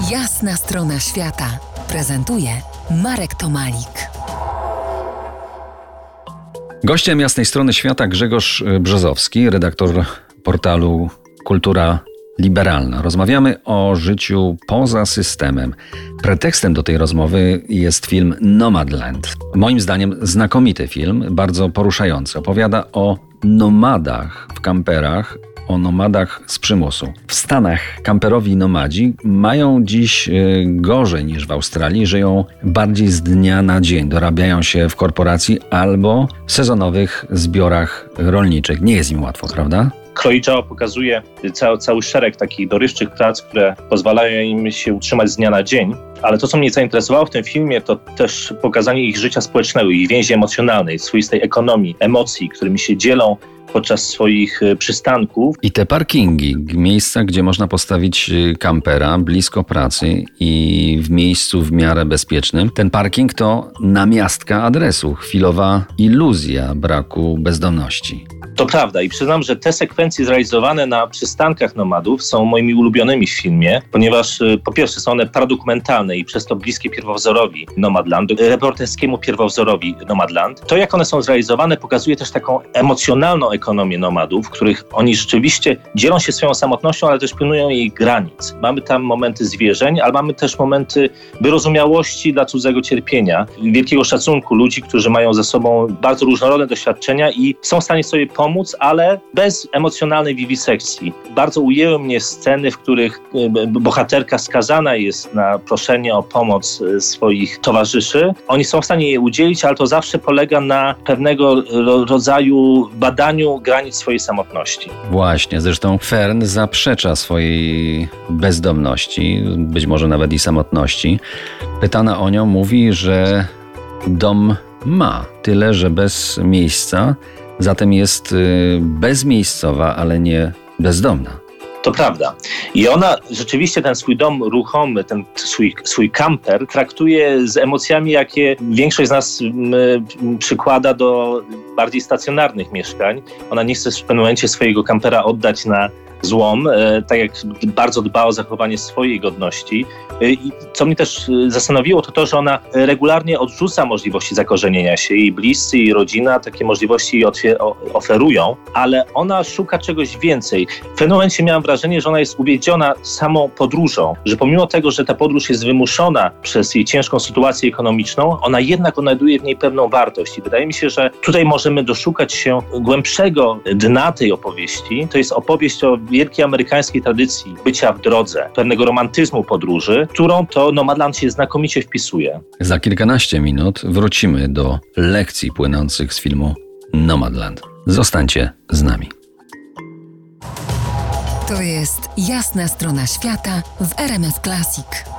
Jasna strona świata prezentuje Marek Tomalik. Gościem Jasnej Strony Świata Grzegorz Brzozowski, redaktor portalu Kultura Liberalna. Rozmawiamy o życiu poza systemem. Pretekstem do tej rozmowy jest film Nomadland. Moim zdaniem znakomity film, bardzo poruszający. Opowiada o nomadach w kamperach, o nomadach z przymusu. W Stanach kamperowi nomadzi mają dziś gorzej niż w Australii. Żyją bardziej z dnia na dzień. Dorabiają się w korporacji albo w sezonowych zbiorach rolniczych. Nie jest im łatwo, prawda? Chloe Zhao pokazuje cały szereg takich dorywczych prac, które pozwalają im się utrzymać z dnia na dzień. Ale to, co mnie zainteresowało w tym filmie, to też pokazanie ich życia społecznego, ich więzi emocjonalnej, swoistej ekonomii, emocji, którymi się dzielą podczas swoich przystanków. I te parkingi, miejsca, gdzie można postawić kampera blisko pracy i w miejscu w miarę bezpiecznym. Ten parking to namiastka adresu, chwilowa iluzja braku bezdomności. To prawda i przyznam, że te sekwencje zrealizowane na przystankach nomadów są moimi ulubionymi w filmie, ponieważ po pierwsze są one paradokumentalne i przez to bliskie pierwowzorowi Nomadland, reporterskiemu pierwowzorowi Nomadland. To, jak one są zrealizowane, pokazuje też taką emocjonalną ekonomię nomadów, w których oni rzeczywiście dzielą się swoją samotnością, ale też pilnują jej granic. Mamy tam momenty zwierzeń, ale mamy też momenty wyrozumiałości dla cudzego cierpienia, wielkiego szacunku ludzi, którzy mają ze sobą bardzo różnorodne doświadczenia i są w stanie sobie pomóc, ale bez emocjonalnej wiwisekcji. Bardzo ujęły mnie sceny, w których bohaterka skazana jest na proszenie o pomoc swoich towarzyszy. Oni są w stanie jej udzielić, ale to zawsze polega na pewnego rodzaju badaniu granic swojej samotności. Właśnie, zresztą Fern zaprzecza swojej bezdomności, być może nawet i samotności. Pytana o nią mówi, że dom ma, tyle że bez miejsca, zatem jest bezmiejscowa, ale nie bezdomna. To prawda. I ona rzeczywiście ten swój dom ruchomy, ten swój kamper traktuje z emocjami, jakie większość z nas przykłada do bardziej stacjonarnych mieszkań. Ona nie chce w pewnym momencie swojego kampera oddać na złom, tak jak bardzo dba o zachowanie swojej godności. I co mnie też zastanowiło, to to, że ona regularnie odrzuca możliwości zakorzenienia się. Jej bliscy, jej rodzina takie możliwości jej oferują, ale ona szuka czegoś więcej. W pewnym momencie miałam wrażenie, że ona jest uwiedziona samą podróżą, że pomimo tego, że ta podróż jest wymuszona przez jej ciężką sytuację ekonomiczną, ona jednak odnajduje w niej pewną wartość. I wydaje mi się, że tutaj możemy doszukać się głębszego dna tej opowieści. To jest opowieść o wielkiej amerykańskiej tradycji bycia w drodze, pewnego romantyzmu podróży, którą to Nomadland się znakomicie wpisuje. Za kilkanaście minut wrócimy do lekcji płynących z filmu Nomadland. Zostańcie z nami. To jest Jasna Strona Świata w RMF Classic.